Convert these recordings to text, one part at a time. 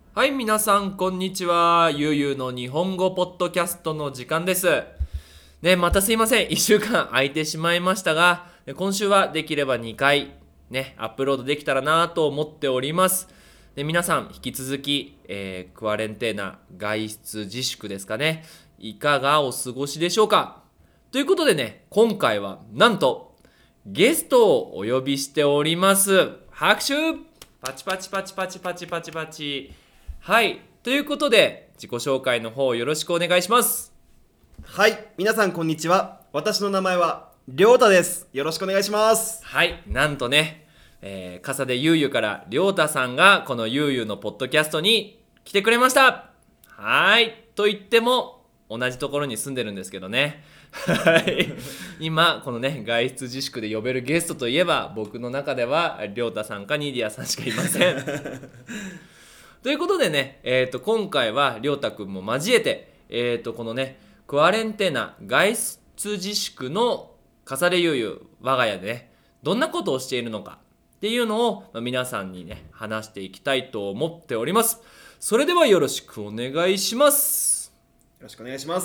はい、皆さん、こんにちは。ゆうゆうの日本語ポッドキャストの時間です。ね、またすいません。1週間空いてしまいましたが、今週はできれば2回、アップロードできたらなと思っております。で、皆さん、引き続き、クアレンテーナ、外出自粛ですかね。いかがお過ごしでしょうか。ということでね、今回は、なんと、ゲストをお呼びしております。拍手パチパチパチパチパチパチパチ。はい。ということで、自己紹介の方よろしくお願いします。 はい、皆さんこんにちは。私の名前はりょうたです。よろしくお願いします。 はい。なんとね、笠でゆうゆからりょうたさんがこのゆうゆのポッドキャストに来てくれました。はい。と言っても、同じところに住んでるんですけどね。はい。今、このね、外出自粛で呼べるゲストといえば、僕の中ではりょうたさんかニディアさんしかいません。ということでね、今回はりょうたくんも交えて、このね、クアレンテーナ外出自粛の笠でゆうゆう我が家でね、どんなことをしているのかっていうのを、皆さんにね、話していきたいと思っております。それではよろしくお願いします。 よろしくお願いします。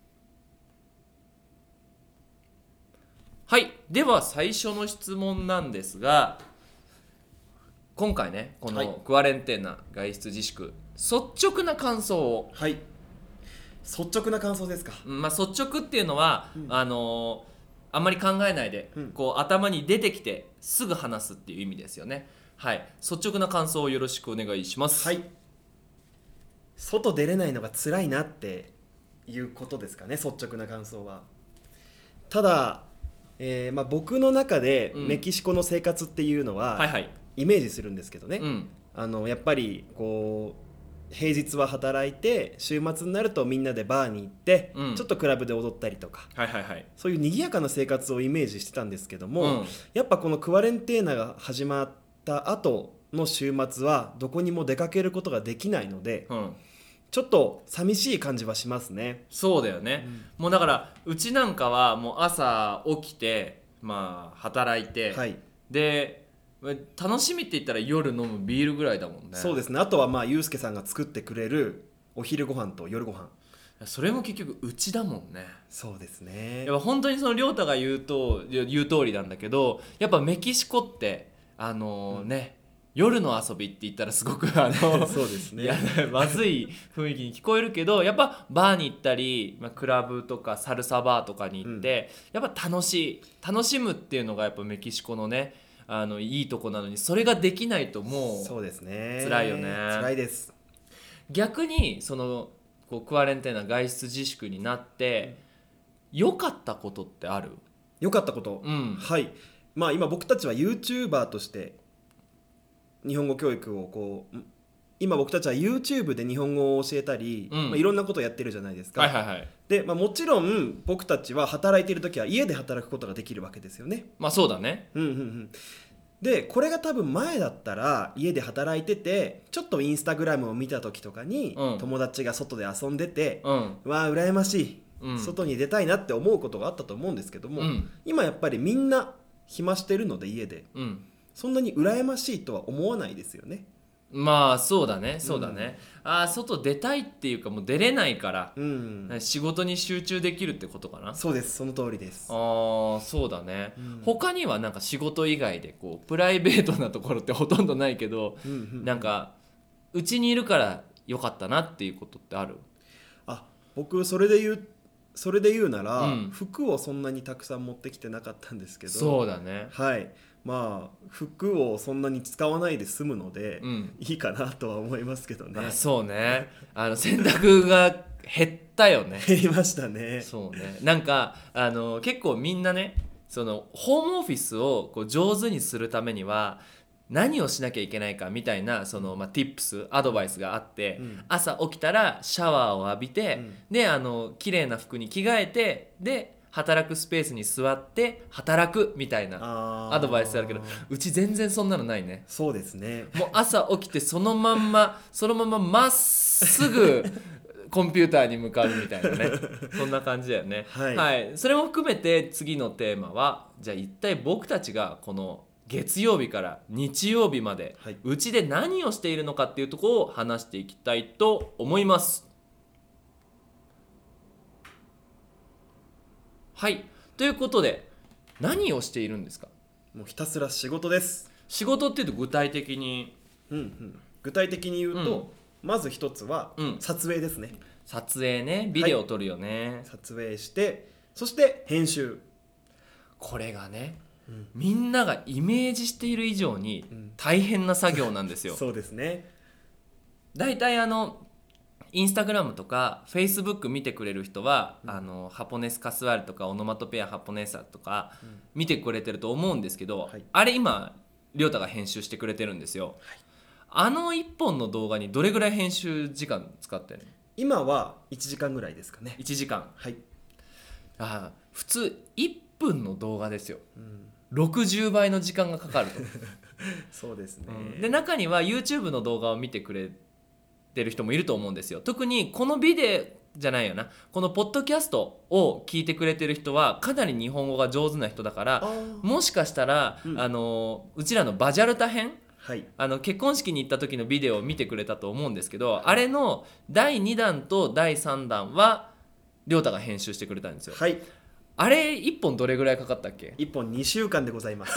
はい。では最初の質問なんですが、今回ね、こはいのクアレンテーナ外出自粛、率直な感想を、 はい。率直な感想ですか。 率直っていうのは、あんまり考えないで、こう頭に出てきてすぐ話すっていう意味ですよね。はい。率直な感想をよろしくお願いします。 はい。外出れないのが辛いなっていうことですかね、率直な感想は。ただ、僕の中でメキシコの生活っていうのは、 はいはい。 イメージするんですけどね、 うん。 やっぱりこう平日は働いて週末になるとみんなでバーに行って、ちょっとクラブで踊ったりとか、 はいはいはい。 そういう賑やかな生活をイメージしてたんですけども、 うんやっぱこのクワレンテーナが始まった後の週末はどこにも出かけることができないので、 うん。 ちょっと寂しい感じはしますね。 そうだよね。もうだからうちなんかはもう朝起きて働いて、 はい、 で楽しみって言ったら夜飲むビールぐらいだもんね。 そうですね。あとはゆうすけさんが作ってくれるお昼ご飯と夜ご飯。 それも結局うちだもんね。 そうですね。 やっぱ本当にその亮太が言う通りなんだけど、やっぱメキシコって夜の遊びって言ったらすごくそうですね。 いやまずい雰囲気に聞こえるけど、やっぱバーに行ったり、クラブとかサルサバーとかに行って、やっぱ楽しむっていうのがやっぱメキシコのね、いいとこなのに、それができないともうそうですね。 辛いよね。 辛いです。 逆にそのこうクアレンテーナ外出自粛になって良かったことってある？ 良かったこと、はい。今僕たちは YouTuber として日本語教育を今僕たちは YouTube で日本語を教えたり、いろんなことをやってるじゃないですか。 はいはいはい。 で、もちろん僕たちは働いている時は家で働くことができるわけですよね。 そうだね。 でこれが多分前だったら家で働いててちょっとインスタグラムを見た時とかに、友達が外で遊んでて、わあ羨ましい、外に出たいなって思うことがあったと思うんですけども、今やっぱりみんな暇してるので家で、そんなに羨ましいとは思わないですよね。 そうだねそうだね、外出たいっていうかもう出れないから、仕事に集中できるってことかな。 そうです、その通りです。 そうだね、他にはなんか仕事以外でこうプライベートなところってほとんどないけど、なんかうちにいるから良かったなっていうことってある？ 僕それで言うなら、服をそんなにたくさん持ってきてなかったんですけど。 そうだね。 はい。服をそんなに使わないで済むので、いいかなとは思いますけどね。 そうね。洗濯が減ったよね。 減りましたね。 そうね。なんか結構みんなね、そのホームオフィスをこう上手にするためには何をしなきゃいけないかみたいなtips アドバイスがあって、朝起きたらシャワーを浴びて、で綺麗な服に着替えて、で働くスペースに座って働くみたいなアドバイスあるけど、うち全然そんなのないね。 そうですね。 もう朝起きてそのまんままっすぐコンピューターに向かうみたいなねそんな感じだよね。 はい、 それも含めて次のテーマは、じゃあ一体僕たちがこの月曜日から日曜日まで、うちで何をしているのかっていうところを話していきたいと思います。はい、ということで何をしているんですか？ もうひたすら仕事です。 仕事っていうと具体的に、 具体的に言うと、まず一つは撮影ですね。 撮影ね、ビデオを撮るよね、 撮影して、そして編集。 これがね、みんながイメージしている以上に大変な作業なんですよ。 そうですね。 だいたいインスタグラムとかフェイスブック見てくれる人は、ハポネスカスワールとかオノマトペアハポネーサとか見てくれてると思うんですけど、あれ今りょうたが編集してくれてるんですよ。1本の動画にどれぐらい編集時間使ってるの？ 今は1時間ぐらいですかね。 1時間。普通1分の動画ですよ、60倍の時間がかかるとそうですね、 で中には YouTube の動画を見てくれてる人もいると思うんですよ。特にこのビデオじゃないよな、このポッドキャストを聞いてくれてる人はかなり日本語が上手な人だから、もしかしたら、うちらのバジャルタ編、結婚式に行った時のビデオを見てくれたと思うんですけど、あれの第2弾と第3弾はりょうたが編集してくれたんですよ。あれ1本どれぐらいかかったっけ ？1本2週間でございます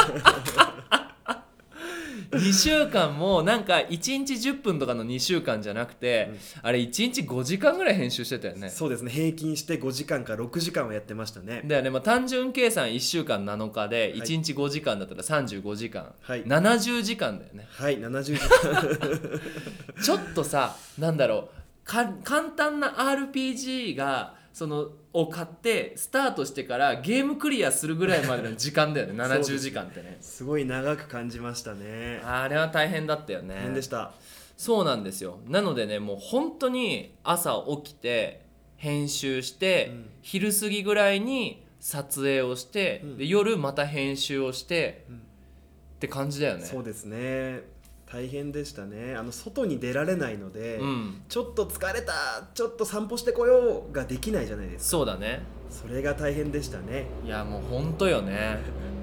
2週間もなんか1日10分とかの2週間じゃなくて、あれ1日5時間ぐらい編集してたよね。 そうですね、平均して5時間か6時間はやってましたね。 だよね、単純計算1週間7日で1日5時間だったら35時間、70時間だよね。 70時間ちょっとさ、なんだろう、簡単な RPG がを買ってスタートしてからゲームクリアするぐらいまでの時間だよね70時間ってね。 すごい長く感じましたね。 あれは大変だったよね。 大変でした。 そうなんですよ。なのでね、もう本当に朝起きて編集して、昼過ぎぐらいに撮影をして、で夜また編集をして、って感じだよね。 そうですね、大変でしたね。外に出られないので、ちょっと疲れた、ちょっと散歩してこようができないじゃないですか。 そうだね。 それが大変でしたね。 いやもう本当よね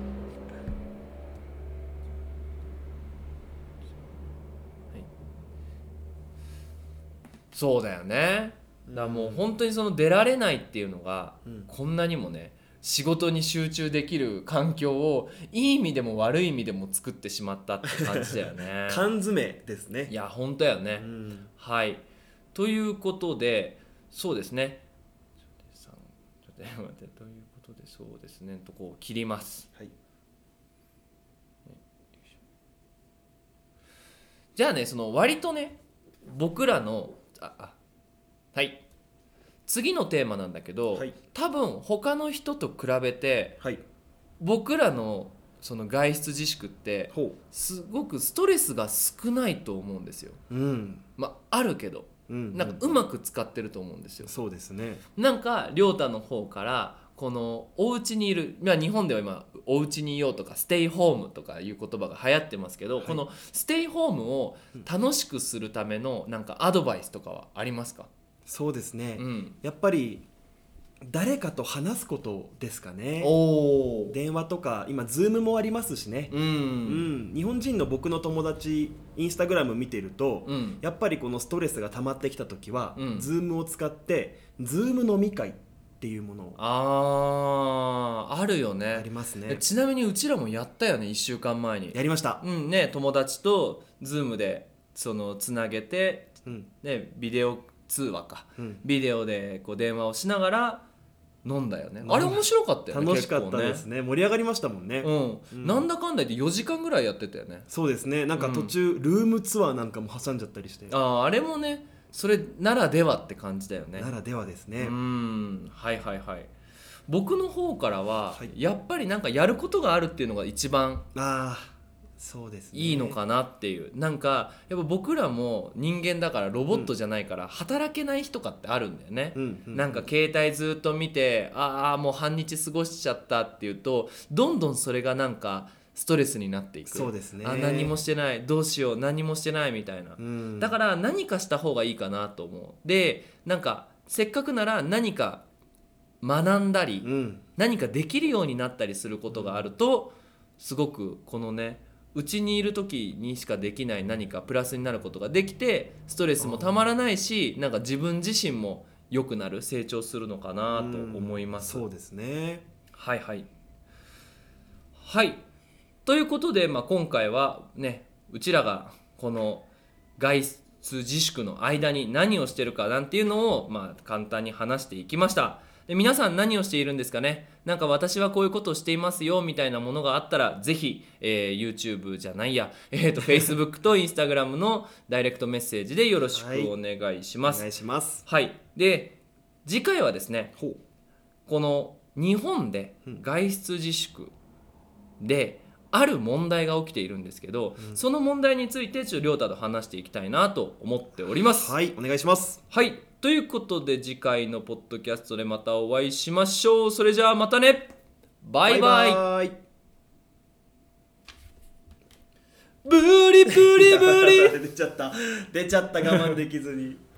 そうだよね。だからもう本当に出られないっていうのが、こんなにもね仕事に集中できる環境をいい意味でも悪い意味でも作ってしまったって感じだよね缶詰ですね。 いや本当やね、はいということで、そうですね、ちょっと待ってということで、そうですねとこう切ります。じゃあね、割とね僕らのはい次のテーマなんだけど、多分他の人と比べて、僕らの外出自粛ってすごくストレスが少ないと思うんですよ。あるけど、なんかうまく使ってると思うんですよ。 そうですね。 なんか亮太の方からこのお家にいる、日本では今お家にいようとかステイホームとかいう言葉が流行ってますけど、このステイホームを楽しくするためのなんかアドバイスとかはありますか？ そうですね、やっぱり誰かと話すことですかね。電話とか今 Zoom もありますしね、日本人の僕の友達インスタグラム見てると、やっぱりこのストレスが溜まってきた時は、Zoom を使って Zoom 飲み会っていうものをあるよね。 ありますね。 ちなみにうちらもやったよね、1週間前にやりました。 友達と Zoom でつなげて、ビデオ通話か、ビデオでこう電話をしながら飲んだよね。あれ面白かったよね。 楽しかったですね。盛り上がりましたもんね。 なんだかんだで4時間ぐらいやってたよね。 そうですね。なんか途中、ルームツアーなんかも挟んじゃったりして、 あれもねそれならではって感じだよね。 ならではですね。 はいはいはい。僕の方からは、やっぱりなんかやることがあるっていうのが一番そうですね、 いいのかなっていう。なんかやっぱ僕らも人間だからロボットじゃないから働けない日とかってあるんだよね。なんか携帯ずっと見てもう半日過ごしちゃったっていうと、どんどんそれがなんかストレスになっていく。 そうですね。 何もしてない、どうしよう、何もしてないみたいな、だから何かした方がいいかなと思う。でなんかせっかくなら何か学んだり、何かできるようになったりすることがあると、 すごくこのねうちにいる時にしかできない何かプラスになることができてストレスもたまらないしなんか自分自身も良くなる成長するのかなと思います。 そうですね。 はいはいはいということで、今回はねうちらがこの外出自粛の間に何をしてるかなんていうのを、簡単に話していきました。で皆さん何をしているんですかね。なんか私はこういうことをしていますよみたいなものがあったらぜひ、YouTube じゃないや、Facebook と Instagram のダイレクトメッセージでよろしくお願いします。 お願いします。 はい。で次回はですねこの日本で外出自粛である問題が起きているんですけど、その問題についてちょっと亮太と話していきたいなと思っております。 はい、お願いします。 はい、ということで次回のポッドキャストでまたお会いしましょう。それじゃあまたね。バイバイ。 バイバイ。 ブリブリブリ出ちゃった我慢できずに